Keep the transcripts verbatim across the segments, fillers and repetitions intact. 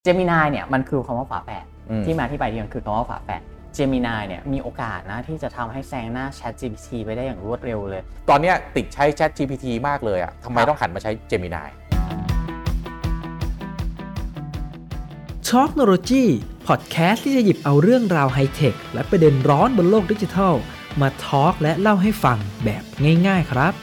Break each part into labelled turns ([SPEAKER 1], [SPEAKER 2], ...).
[SPEAKER 1] Gemini เนี่ยมันคือคำว่าฝาแฝดที่มาที่ไปที่มันคือคำว่าฝาแฝด Gemini เนี่ยมีโอกาสนะที่จะทำให้แซงหน้า ChatGPT ไปได้อย่างรวดเร็วเลย
[SPEAKER 2] ตอนนี้ติดใช้ ChatGPT มากเลยอ่ะทำไมต้องหันมาใช้ Gemini
[SPEAKER 3] Talknology พอดแคสต์ที่จะหยิบเอาเรื่องราวไฮเทคและประเด็นร้อนบนโลกดิจิทัลมาทอล์กและเล่าให้ฟังแบบง่ายๆครับ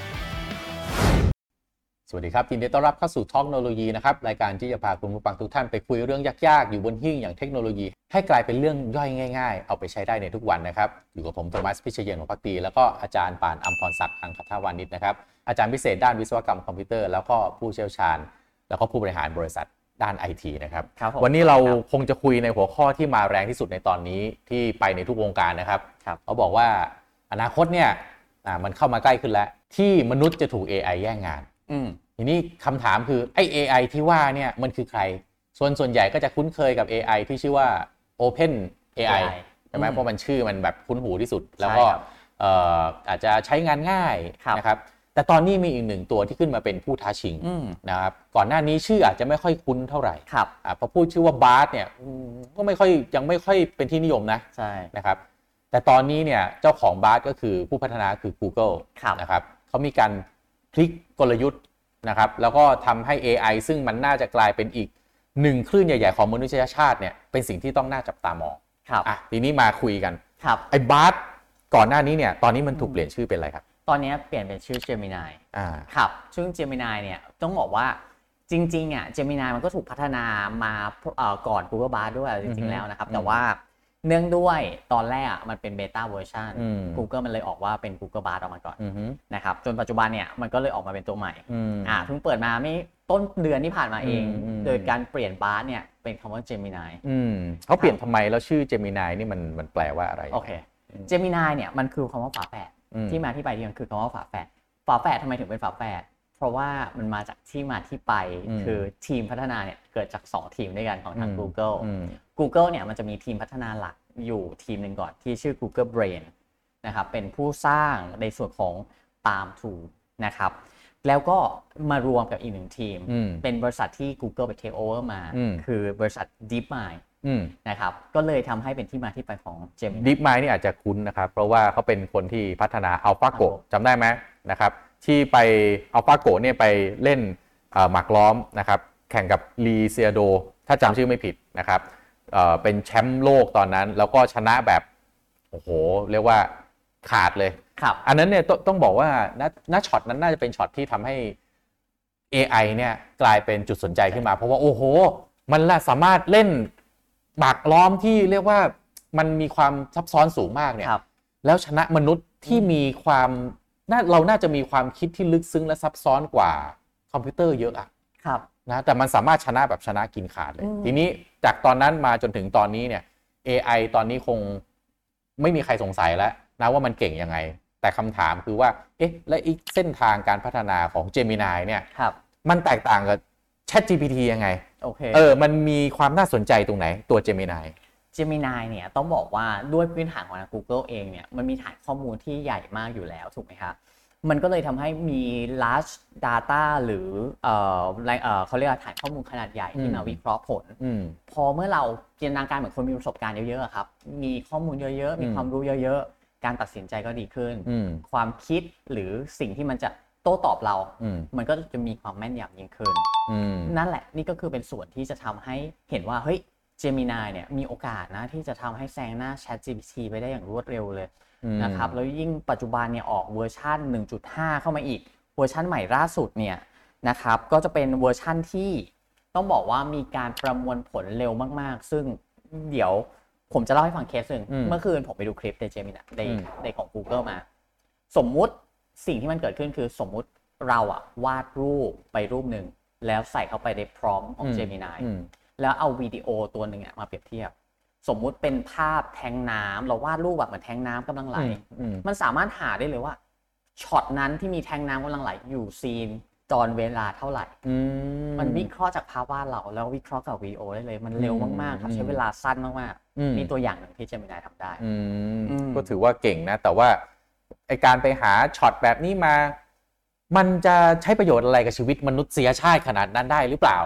[SPEAKER 2] สวัสดีครับยินดีต้อนรับเข้าสู่ Talknology นะครับรายการที่จะพาคุณผู้ฟังทุกท่านไปคุยเรื่องยากๆอยู่บนหิ้งอย่างเทคโนโลยีให้กลายเป็นเรื่องย่อยง่ายๆเอาไปใช้ได้ในทุกวันนะครับอยู่กับผมโทมัสพิเชยนของภักดีแล้วก็อาจารย์ปานอัมพรศักดิ์อังคทวานิชนะครับอาจารย์พิเศษด้านวิศวกรรมคอมพิวเตอร์แล้วก็ผู้เชี่ยวชาญแล้วก็ผู้บริหารบริษัทด้าน ไอ ที นะครับวันนี้เราคงจะคุยในหัวข้อที่มาแรงที่สุดในตอนนี้ที่ไปในทุกวงการนะครับเขาบอกว่าอนาคตเนี่ยมันเข้ามาใกล้ขึ้นแล้วที่มนุษย์จะถูก เอ ไอ แย่งงานทีนี้คำถามคือไอ้ เอ ไอ ที่ว่าเนี่ยมันคือใครส่วนส่วนใหญ่ก็จะคุ้นเคยกับ เอ ไอ ที่ชื่อว่า Open เอ ไอ ใช่ไหมเพราะมันชื่อมันแบบคุ้นหูที่สุดแล้วก็อาจจะใช้งานง่ายนะครับแต่ตอนนี้มีอีกหนึ่งตัวที่ขึ้นมาเป็นผู้ท้าชิงนะครับก่อนหน้านี้ชื่ออาจจะไม่ค่อยคุ้นเท่าไหร่พอพูดชื่อว่า Bard เนี่ยก็ไม่ค่อยยังไม่ค่อยเป็นที่นิยมนะใช่นะครับแต่ตอนนี้เนี่ยเจ้าของ Bard ก็คือผู้พัฒนาคือ Google นะครับเขามีการพลิกกลยุทธ์นะครับแล้วก็ทำให้ เอ ไอ ซึ่งมันน่าจะกลายเป็นอีกหนึ่งคลื่นใหญ่ๆของมนุษยชาติเนี่ยเป็นสิ่งที่ต้องน่าจับตามองครับอ่ะทีนี้มาคุยกันครับไอ้ Bard ก่อนหน้านี้เนี่ยตอนนี้มันถูกเปลี่ยนชื่อเป็นอะไรครับ
[SPEAKER 1] ตอนนี้เปลี่ยนเป็นชื่อ Gemini อ่าครับซึ่ง Gemini เนี่ยต้องบอกว่าจริงๆอ่ะ Gemini มันก็ถูกพัฒนามาเอ่อก่อน Google Bard ด้วยจริงๆแล้วนะครับแต่ว่าเนื่องด้วยตอนแรกอ่ะมันเป็นเบต้าเวอร์ชัน Google มันเลยออกว่าเป็น Google Bard ออกมาก่อนนะครับจนปัจจุบันเนี่ยมันก็เลยออกมาเป็นตัวใหม่อ่าเพิ่งเปิดมาไม่ต้นเดือนที่ผ่านมาเองโดยการเปลี่ยน Bard เนี่ยเป็นคำว่า Gemini
[SPEAKER 2] อืมเขาเปลี่ยนทำไมแล้วชื่อ Gemini นี่มันมันแปลว่าอะไร
[SPEAKER 1] โอเค Gemini เนี่ยมันคือคำว่าฝาแฝดที่มาที่ไปที่มันคือคำว่าฝาแฝดฝาแฝดทำไมถึงเป็นฝาแฝดเพราะว่ามันมาจากที่มาที่ไปคือทีมพัฒนาเนี่ยเกิดจากสองทีมด้วยกันของทาง Google Google เนี่ยมันจะมีทีมพัฒนาหลักอยู่ทีมหนึ่งก่อนที่ชื่อ Google Brain นะครับเป็นผู้สร้างในส่วนของ Palm Tool นะครับแล้วก็มารวมกับอีกหนึ่งทีมเป็นบริษัทที่ Google ไป take over มาคือบริษัท DeepMind นะครับก็เลยทำให้เป็นที่มาที่ไปของ Gemini
[SPEAKER 2] DeepMind นี่อาจจะคุ้นนะครับเพราะว่าเขาเป็นคนที่พัฒนา AlphaGo จำได้ไหมนะครับที่ไป AlphaGo เนี่ยไปเล่นหมากล้อมนะครับแข่งกับลีเซียโดถ้าจำชื่อไม่ผิดนะครับเป็นแชมป์โลกตอนนั้นแล้วก็ชนะแบบโอ้โหเรียกว่าขาดเลยอันนั้นเนี่ยต้องบอกว่าณช็อตนั้นน่าจะเป็นช็อตที่ทำให้ เอ ไอ เนี่ยกลายเป็นจุดสนใจขึ้นมาเพราะว่าโอ้โหมันสามารถเล่นหมากล้อมที่เรียกว่ามันมีความซับซ้อนสูงมากเนี่ยแล้วชนะมนุษย์ที่มีความเราน่าจะมีความคิดที่ลึกซึ้งและซับซ้อนกว่าคอมพิวเตอร์เยอะอะนะแต่มันสามารถชนะแบบชนะกินขาดเลยทีนี้จากตอนนั้นมาจนถึงตอนนี้เนี่ย เอ ไอ ตอนนี้คงไม่มีใครสงสัยแล้วนะว่ามันเก่งยังไงแต่คำถามคือว่าเอ๊ะและอีกเส้นทางการพัฒนาของ Gemini เนี่ยมันแตกต่างกับ ChatGPT ยังไงโอเคเออมันมีความน่าสนใจตรงไหนตัว Gemini
[SPEAKER 1] Gemini เนี่ยต้องบอกว่าด้วยพื้นฐานของ Google เองเนี่ยมันมีฐานข้อมูลที่ใหญ่มากอยู่แล้วถูกไหมครับมันก็เลยทำให้มี large data หรือเอ่อเอ่อเขาเรียกว่าฐานข้อมูลขนาดใหญ่ที่มาวิเคราะห์ผลพอเมื่อเราจินตนาการเหมือนคนมีประสบการณ์เยอะๆครับมีข้อมูลเยอะๆมีความรู้เยอะๆการตัดสินใจก็ดีขึ้นความคิดหรือสิ่งที่มันจะโต้ตอบเรามันก็จะมีความแม่นยำยิ่งขึ้นนั่นแหละนี่ก็คือเป็นส่วนที่จะทำให้เห็นว่าเฮ้ย Gemini เนี่ยมีโอกาสนะที่จะทำให้แซงหน้า ChatGPT ไปได้อย่างรวดเร็วเลยนะครับแล้วยิ่งปัจจุบันเนี่ยออกเวอร์ชัน หนึ่งจุดห้า เข้ามาอีกเวอร์ชันใหม่ล่าสุดเนี่ยนะครับก็จะเป็นเวอร์ชันที่ต้องบอกว่ามีการประมวลผลเร็วมากๆซึ่งเดี๋ยวผมจะเล่าให้ฟังเคสหนึ่งเมื่อคืนผมไปดูคลิปใน Gemini ในในของ Google มาสมมุติสิ่งที่มันเกิดขึ้นคือสมมุติเราอะวาดรูปไปรูปหนึ่งแล้วใส่เข้าไปในพร้อมของ Gemini แล้วเอาวิดีโอตัวหนึ่งมาเปรียบเทียบสมมุติเป็นภาพแทงน้ำเราวาดรูปแบบเหมือนแทงน้ำกำลังไหลมันสามารถหาได้เลยว่าช็อตนั้นที่มีแทงน้ำกำลังไหลอยู่ซีนตอนเวลาเท่าไหร่มันวิเคราะห์จากภาพวาดเราแล้ววิเคราะห์กับวิดีโอได้เลยมันเร็วมากๆครับใช้เวลาสั้นมากๆมีตัวอย่างหนึ่งที่ Gemini ทำได้
[SPEAKER 2] ก็ถือว่าเก่งนะแต่ว่าไอการไปหาช็อตแบบนี้มามันจะใช้ประโยชน์อะไรกับชีวิตมนุษยชาติขนาดนั้นได้หรือเปล่า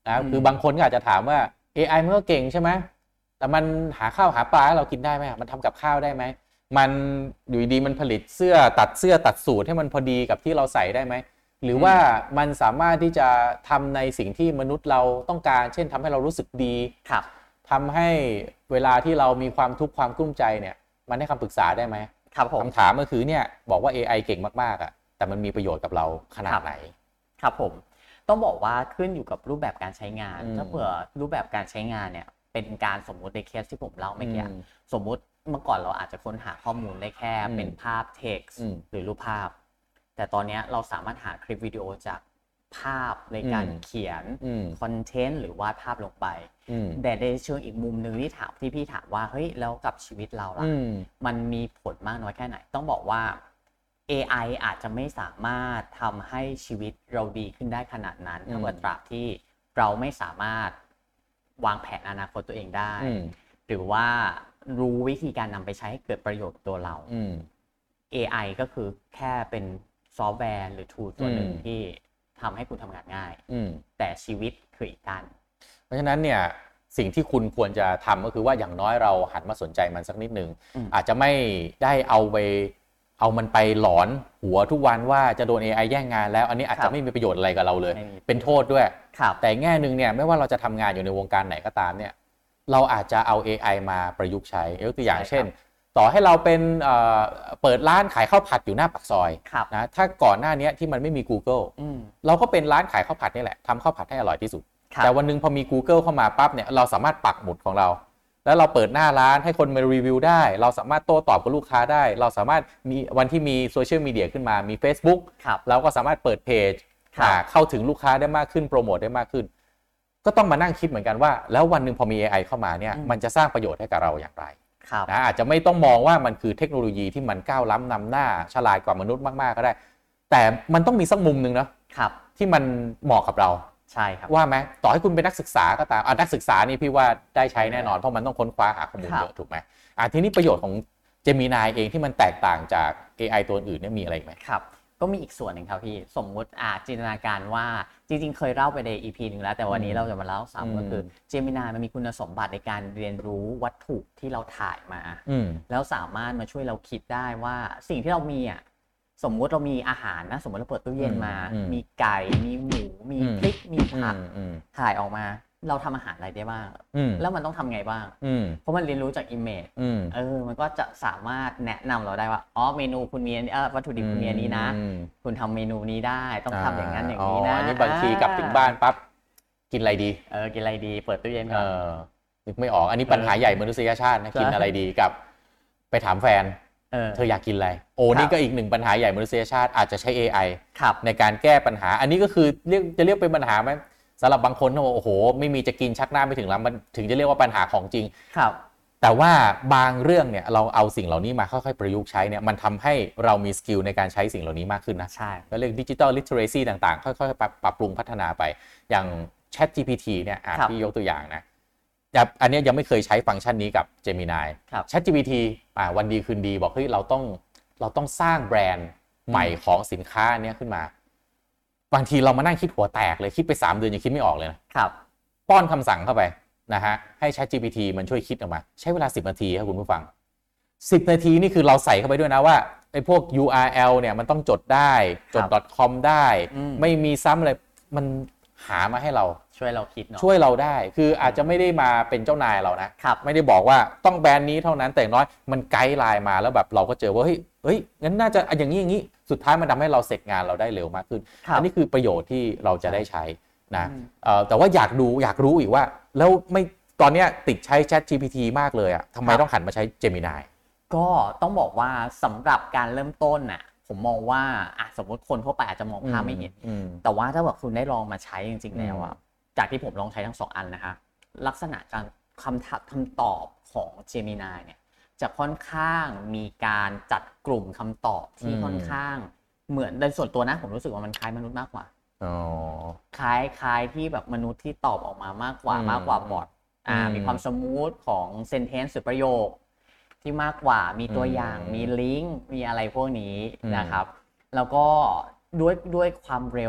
[SPEAKER 2] นะคือบางคนก็อาจจะถามว่า เอ ไอ มันก็เก่งใช่ไหมแต่มันหาข้าวหาปลาให้เรากินได้ไหมมันทำกับข้าวได้ไหมมันอยู่ดีมันผลิตเสื้อตัดเสื้อตัดสูทให้มันพอดีกับที่เราใส่ได้ไหมหรือว่ามันสามารถที่จะทำในสิ่งที่มนุษย์เราต้องการเช่นทำให้เรารู้สึกดี
[SPEAKER 1] ครับ
[SPEAKER 2] ทำให้เวลาที่เรามีความทุกข์ความกลุ้มใจเนี่ยมันให้คำปรึกษาได้ไหม
[SPEAKER 1] ครับผม
[SPEAKER 2] คำถามก็คือเนี่ยบอกว่า เอ ไอ เก่งมากๆอ่ะแต่มันมีประโยชน์กับเราขนาดไหน
[SPEAKER 1] ครับผมต้องบอกว่าขึ้นอยู่กับรูปแบบการใช้งานถ้าเผื่อรูปแบบการใช้งานเนี่ยเป็นการสมมุติในเคสที่ผมเล่าเมื่อกี้สมมุติเมื่อก่อนเราอาจจะค้นหาข้อมูลได้แค่เป็นภาพ text หรือรูปภาพแต่ตอนนี้เราสามารถหาคลิปวิดีโอจากภาพในการเขียนคอนเทนต์หรือวาดภาพลงไปแต่ในเชิงอีกมุมนึงที่ถามที่พี่ถามว่าเฮ้ยแล้วกับชีวิตเราล่ะมันมีผลมากน้อยแค่ไหนต้องบอกว่า เอ ไอ อาจจะไม่สามารถทำให้ชีวิตเราดีขึ้นได้ขนาดนั้นถ้าเกิดตราบที่เราไม่สามารถวางแผนอนาคตตัวเองได้หรือว่ารู้วิธีการนำไปใช้ให้เกิดประโยชน์ตัวเรา เอ ไอ ก็คือแค่เป็นซอฟต์แวร์หรือ tool ตัวหนึ่งที่ทำให้คุณทำงานง่ายแต่ชีวิตคืออีกการ
[SPEAKER 2] เพราะฉะนั้นเนี่ยสิ่งที่คุณควรจะทำก็คือว่าอย่างน้อยเราหันมาสนใจมันสักนิดนึง อ, อาจจะไม่ได้เอาไปเอามันไปหลอนหัวทุกวันว่าจะโดน เอ ไอ แย่งงานแล้วอันนี้อาจจะไม่มีประโยชน์อะไรกับเราเลยเป็นโทษด้วยแต่แง่นึงเนี่ยไม่ว่าเราจะทำงานอยู่ในวงการไหนก็ตามเนี่ยเราอาจจะเอา เอ ไอ มาประยุกต์ใช้ยกตัวอย่างเช่นต่อให้เราเป็นเอ่อเปิดร้านขายข้าวผัดอยู่หน้าปากซอยนะถ้าก่อนหน้านี้ที่มันไม่มี Google เราก็เป็นร้านขายข้าวผัดนี่แหละทำข้าวผัดให้อร่อยที่สุดแต่วันนึงพอมี Google เข้ามาปั๊บเนี่ยเราสามารถปักหมุดของเราแล้วเราเปิดหน้าร้านให้คนมารีวิวได้เราสามารถโต้ตอบกับลูกค้าได้เราสามารถมีวันที่มีโซเชียลมีเดียขึ้นมามี Facebook เราก็สามารถเปิดเพจเข้าถึงลูกค้าได้มากขึ้นโปรโมทได้มากขึ้นก็ต้องมานั่งคิดเหมือนกันว่าแล้ววันนึงพอมี เอ ไอ เข้ามาเนี่ยมันจะสร้างประโยชน์ให้กับเราอย่างไรนะอาจจะไม่ต้องมองว่ามันคือเทคโนโลยีที่มันก้าวล้ำนำหน้าฉลาดกว่ามนุษย์มากๆก็ได้แต่มันต้องมีสักมุมนึงนะที่มันเหมาะกับเรา
[SPEAKER 1] ใช่ครับ
[SPEAKER 2] ว่าไหมต่อให้คุณเป็นนักศึกษาก็ตามนักศึกษานี่พี่ว่าได้ใช้แน่นอนเพราะมันต้องค้นคว้าหาข้อมูลเยอะถูกไหมอ่ะทีนี้ประโยชน์ของ Gemini เองที่มันแตกต่างจาก เอ ไอ ตัวอื่นเนี่ยมีอะไรไหม
[SPEAKER 1] ครับก็มีอีกส่วนหนึ่งครับพี่สมมุติอาจินตนาการว่าจริงๆเคยเล่าไปใน อี พี นึงแล้วแต่วันนี้เราจะมาเล่าซ้ำก็คือ Gemini มันมีคุณสมบัติในการเรียนรู้วัตถุที่เราถ่ายมาแล้วสามารถมาช่วยเราคิดได้ว่าสิ่งที่เรามีอ่ะสมมุติเรามีอาหารนะสมมติเราเปิดตู้เย็นมามีไก่มีหมูมีพริกมีผักถ่ายออกมาเราทำอาหารอะไรได้บ้างแล้วมันต้องทำไงบ้างเพราะมันเรียนรู้จากอิมเมจเออมันก็จะสามารถแนะนำเราได้ว่าอ๋อเมนูคุณมีเออวัตถุดิบคุณมีอันนี้นะคุณทำเมนูนี้ได้ต้องทำอย่างนั้นอย่างนี้นะ
[SPEAKER 2] อันนี้บางทีกลับถึงบ้านปั๊บกินอะไรดี
[SPEAKER 1] เออกินอะไรดีเปิดตู้เย็นก่อน
[SPEAKER 2] นึกไม่ออกอันนี้ปัญหาใหญ่มนุษยชาตินะกินอะไรดีกับไปถามแฟนเธออยากกินอะไรโอ้นี่ก็อีกหนึ่งปัญหาใหญ่มนุษยชาติอาจจะใช้ เอ ไอ ในการแก้ปัญหาอันนี้ก็คือเรียกจะเรียกเป็นปัญหาไหมสำหรับบางคนเขาบอกโอ้โหไม่มีจะกินชักหน้าไม่ถึงแล้วมันถึงจะเรียกว่าปัญหาของจริง
[SPEAKER 1] ครับ
[SPEAKER 2] แต่ว่าบางเรื่องเนี่ยเราเอาสิ่งเหล่านี้มาค่อยๆประยุกต์ใช้เนี่ยมันทำให้เรามีสกิลในการใช้สิ่งเหล่านี้มากขึ้นนะ
[SPEAKER 1] ใช่
[SPEAKER 2] ก็เรียกดิจิทัลลิเทเรซีต่างๆค่อยๆปรับปรุงพัฒนาไปอย่าง ChatGPT เนี่ยที่ยกตัวอย่างนะอันนี้ยังไม่เคยใช้ฟังก์ชันนี้กับ Gemini ChatGPT อ่าวันดีคืนดีบอกเฮ้ยเราต้องเราต้องสร้างแบรนด์ใหม่ของสินค้าเนี้ยขึ้นมาบางทีเรามานั่งคิดหัวแตกเลยคิดไปสามเดือนยังคิดไม่ออกเลย
[SPEAKER 1] นะครับ
[SPEAKER 2] ป้อนคำสั่งเข้าไปนะฮะให้ ChatGPT มันช่วยคิดออกมาใช้เวลาสิบนาทีครับคุณผู้ฟังสิบนาทีนี่คือเราใส่เข้าไปด้วยนะว่าไอ้พวก ยู อาร์ แอล เนี่ยมันต้องจดได้จด .com ได้ไม่มีซ้ำอะไรมันหามาให้เรา
[SPEAKER 1] ช่วยเราคิดเนาะ
[SPEAKER 2] ช่วยเราได้คืออาจจะไม่ได้มาเป็นเจ้านายเรานะไม่ได้บอกว่าต้องแบรนด์นี้เท่านั้นแต่น้อยมันไกด์ไลน์มาแล้วแบบเราก็เจอว่าเฮ้ยเฮ้ยงั้นน่าจะอย่างนี้อย่างนี้สุดท้ายมันทำให้เราเสร็จงานเราได้เร็วมากขึ้นอันนี้คือประโยชน์ที่เราจะได้ใช้นะแต่ว่าอยากดูอยากรู้อีกว่าแล้วไม่ตอนนี้ติดใช้ ChatGPT มากเลยอ่ะทำไมต้องหันมาใช้ Gemini
[SPEAKER 1] ก็ต้องบอกว่าสำหรับการเริ่มต้นน่ะผมมองว่าอ่ะสมมติคนทั่วไปอาจจะมองภาพไม่เห็นแต่ว่าถ้าแบบคุณได้ลองมาใช้จริงๆแล้วอ่ะจากที่ผมลองใช้ทั้งสองอันนะคะลักษณะการคำคำตอบของ Gemini เนี่ยจะค่อนข้างมีการจัดกลุ่มคำตอบที่ค่อนข้างเหมือนโดยส่วนตัวนะผมรู้สึกว่ามันคล้ายมนุษย์มากกว่าคล้ายคล้ายที่แบบมนุษย์ที่ตอบออกมามากกว่ามากกว่าบอทอ่ามีความสมูทของเซนเทนซ์หรือประโยคที่มากกว่ามีตัวอย่างมีลิงก์มีอะไรพวกนี้นะครับแล้วก็ด้วยด้วยความเร็วอ่ะ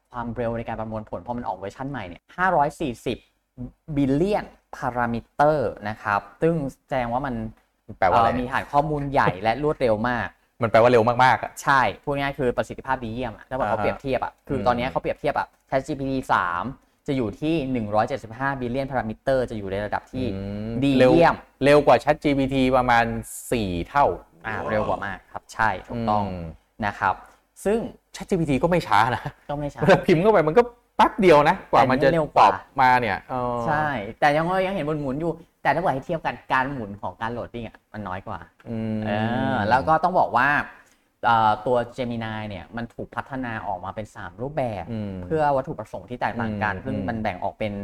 [SPEAKER 1] ความเร็วในการประมวลผลพอมันออกเวอร์ชันใหม่เนี่ยห้าร้อยสี่สิบบิลเลียนพารามิเตอร์นะครับซึ่งแสดงว่ามัน
[SPEAKER 2] แปลว่าอะไร
[SPEAKER 1] มีฐานข้อมูลใหญ่และรวดเร็วมาก
[SPEAKER 2] มันแปลว่าเร็วมากๆอ่ะ
[SPEAKER 1] ใช่พูดง่ายๆคือประสิทธิภาพดีเยี่ยมถ้าบอกเขาเปรียบเทียบอ่ะคือตอนนี้เขาเปรียบเทียบอ่ะ ChatGPT สามจะอยู่ที่หนึ่งร้อยเจ็ดสิบห้าบิลเลียนพารามิเตอร์จะอยู่ในระดับที่ดีเยี่ยม
[SPEAKER 2] เร็วกว่า ChatGPT ประมาณสี่เท่า
[SPEAKER 1] อ่าเร็วกว่ามากครับใช่ถูกต้องนะครับซึ่ง
[SPEAKER 2] ChatGPT ก็ไม่ช้านะ
[SPEAKER 1] ก็ไม่ช้า
[SPEAKER 2] พิมพ์เข้าไปมันก็แป๊บเดียวนะกว่ามันจะตอบมาเนี่ย
[SPEAKER 1] ใช่แต่ยังยังเห็นหมุนๆอยู่แต่ถ้าเกิดให้เทียบกันการหมุนของการโหลดดิ้งอ่ะมันน้อยกว่าเออแล้วก็ต้องบอกว่าตัว Gemini เนี่ยมันถูกพัฒนาออกมาเป็นสามรูปแบบเพื่อวัตถุประสงค์ที่แตกต่างกันซึ่งมันแบ่งออกเป็น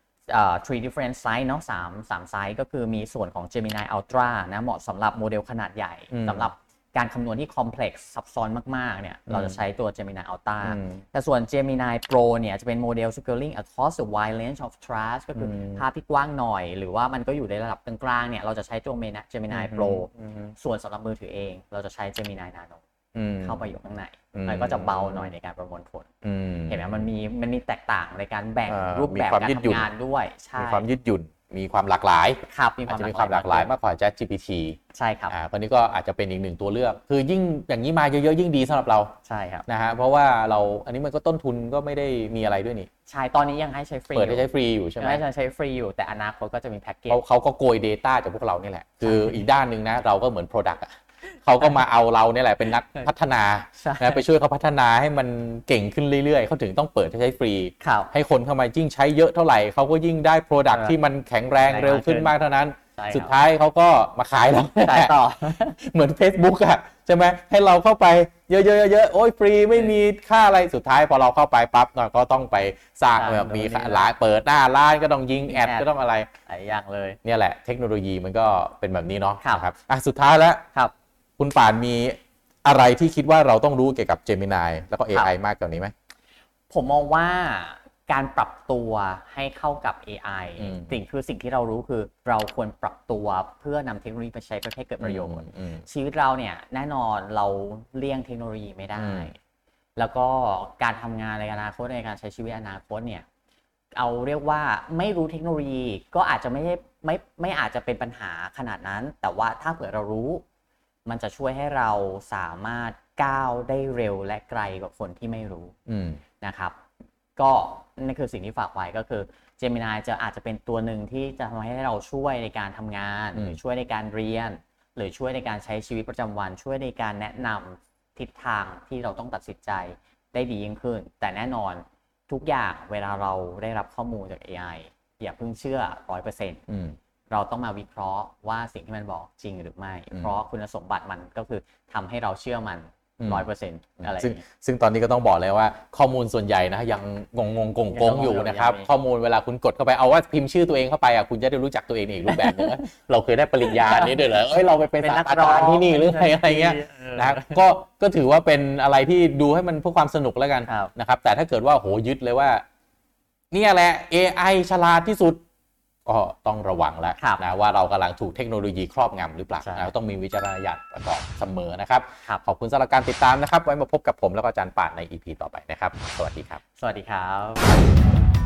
[SPEAKER 1] three different size เนาะสามสามไซส์ก็คือมีส่วนของ Gemini Ultra นะเหมาะสำหรับโมเดลขนาดใหญ่สำหรับการคำนวณที่ complex ซับซ้อนมากๆเนี่ยเราจะใช้ตัว Gemini Ultra แต่ส่วน Gemini Pro เนี่ยจะเป็นโมเดล scaling across the wide range of trash ก็คือภาพที่กว้างหน่อยหรือว่ามันก็อยู่ในระดับกลางๆเนี่ยเราจะใช้ตัว Gemini Pro ส่วนสำหรับมือถือเองเราจะใช้ Gemini Nano เข้าไปอยู่ข้างในมันก็จะเบาหน่อยในการประมวลผลเห็นไหมมันมีมันมีแตกต่างในการแบ่งรูปแบบการทำงานด้วย
[SPEAKER 2] มีความยืดหยุ่นมีความหลากหลาย
[SPEAKER 1] ครับ
[SPEAKER 2] มีความหลากหลายมากกว่า ChatGPT
[SPEAKER 1] ใช่ครับ
[SPEAKER 2] อ่าคนนี้ก็อาจจะเป็นอีกหนึ่งตัวเลือกคือยิ่งอย่างนี้มาเยอะๆยิ่งดีสำหรับเรา
[SPEAKER 1] ใช่ครับ
[SPEAKER 2] นะฮะเพราะว่าเราอันนี้มันก็ต้นทุนก็ไม่ได้มีอะไรด้วยนี่
[SPEAKER 1] ใช่ตอนนี้ยังให้ใช้ฟรี
[SPEAKER 2] เปิดให้ใช้ฟรีอยู่ใช่ไหม
[SPEAKER 1] ให้ใช้ฟรีอยู่แต่อนาคตก็จะมีแพ็กเกจ
[SPEAKER 2] เขาเขาก็โกย data จากพวกเรานี่แหละคืออีกด้านหนึ่งนะเราก็เหมือน product อ่ะเขาก็มาเอาเราเนี่ยแหละเป็นนักพัฒนานะไปช่วยเขาพัฒนาให้มันเก่งขึ้นเรื่อยๆเขาถึงต้องเปิดให้ใช้ฟรีให้คนเข้ามายิ่งใช้เยอะเท่าไหร่เขาก็ยิ่งได้ product ที่มันแข็งแรงเร็วขึ้นมากเท่านั้นสุดท้ายเขาก็มาขายเรา
[SPEAKER 1] ขายต่อ
[SPEAKER 2] เหมือน Facebook อ่ะใช่ไหมให้เราเข้าไปเยอะๆเยอะๆโอ้ยฟรีไม่มีค่าอะไรสุดท้ายพอเราเข้าไปปั๊บก็ต้องไปสร้างแบบมีร้านเปิดหน้าร้านก็ต้องยิงแอดก็ต้องอะไร
[SPEAKER 1] หลายอย่างเลย
[SPEAKER 2] เนี่ยแหละเทคโนโลยีมันก็เป็นแบบนี้เนาะครับอ่ะสุดท้ายแล้ว
[SPEAKER 1] ครับ
[SPEAKER 2] คุณป่านมีอะไรที่คิดว่าเราต้องรู้เกี่ยวกับ Gemini แล้วก็ เอ ไอ มากกว่านี้ไหม
[SPEAKER 1] ผมมองว่าการปรับตัวให้เข้ากับ เอ ไอ สิ่งคือสิ่งที่เรารู้คือเราควรปรับตัวเพื่อนำเทคโนโลยีไปใช้เพื่อให้เกิดประโยชน์ชีวิตเราเนี่ยแน่นอนเราเลี่ยงเทคโนโลยีไม่ได้แล้วก็การทำงานในอนาคตในการใช้ชีวิตอนาคตเนี่ยเอาเรียกว่าไม่รู้เทคโนโลยีก็อาจจะไม่ได้ไม่ไม่อาจจะเป็นปัญหาขนาดนั้นแต่ว่าถ้าเผื่อเรารู้มันจะช่วยให้เราสามารถก้าวได้เร็วและไกลกว่าคนที่ไม่รู้นะครับก็นั่นคือสิ่งที่ฝากไว้ก็คือ Gemini จะอาจจะเป็นตัวหนึ่งที่จะทำให้เราช่วยในการทำงานหรือช่วยในการเรียนหรือช่วยในการใช้ชีวิตประจำวันช่วยในการแนะนำทิศทางที่เราต้องตัดสินใจได้ดียิ่งขึ้นแต่แน่นอนทุกอย่างเวลาเราได้รับข้อมูลจาก เอ ไอ อย่าเพิ่งเชื่อ ร้อยเปอร์เซ็นต์ เราต้องมาวิเคราะห์ว่าสิ่งที่มันบอกจริงหรือไม่เพราะคุณสมบัติมันก็คือทำให้เราเชื่อมัน ร้อยเปอร์เซ็นต์ อะไร
[SPEAKER 2] ซึ่งซึ่งตอนนี้ก็ต้องบอกเลยว่าข้อมูลส่วนใหญ่นะยังงงงงงงอยู่นะครับข้อมูลเวลาคุณกดเข้าไปเอาว่าพิมพ์ชื่อตัวเองเข้าไปอ่ะคุณจะได้รู้จักตัวเองอีกรูปแบบนึงเราเคยได้ปริญญานี้ด้วยเหรอเอ้ยเราไปเป็นศาสตราจารย์ที่นี่หรืออะไรอะไรเงี้ยนะก็ก็ถือว่าเป็นอะไรที่ดูให้มันเพื่อความสนุกแล้วกันนะครับแต่ถ้าเกิดว่าโหยึดเลยว่านี่แหละ เอ ไอ ฉลาดที่สุดก็ต้องระวังแล้วนะว่าเรากำลังถูกเทคโนโลยีครอบงำหรือเปล่านะต้องมีวิจารณญาณประกอบเสมอนะครับขอบคุณสำหรับการติดตามนะครับไว้มาพบกับผมแล้วก็อาจารย์ป่านใน อี พี ต่อไปนะครับสวัสดีครับ
[SPEAKER 1] สวัสดีครับ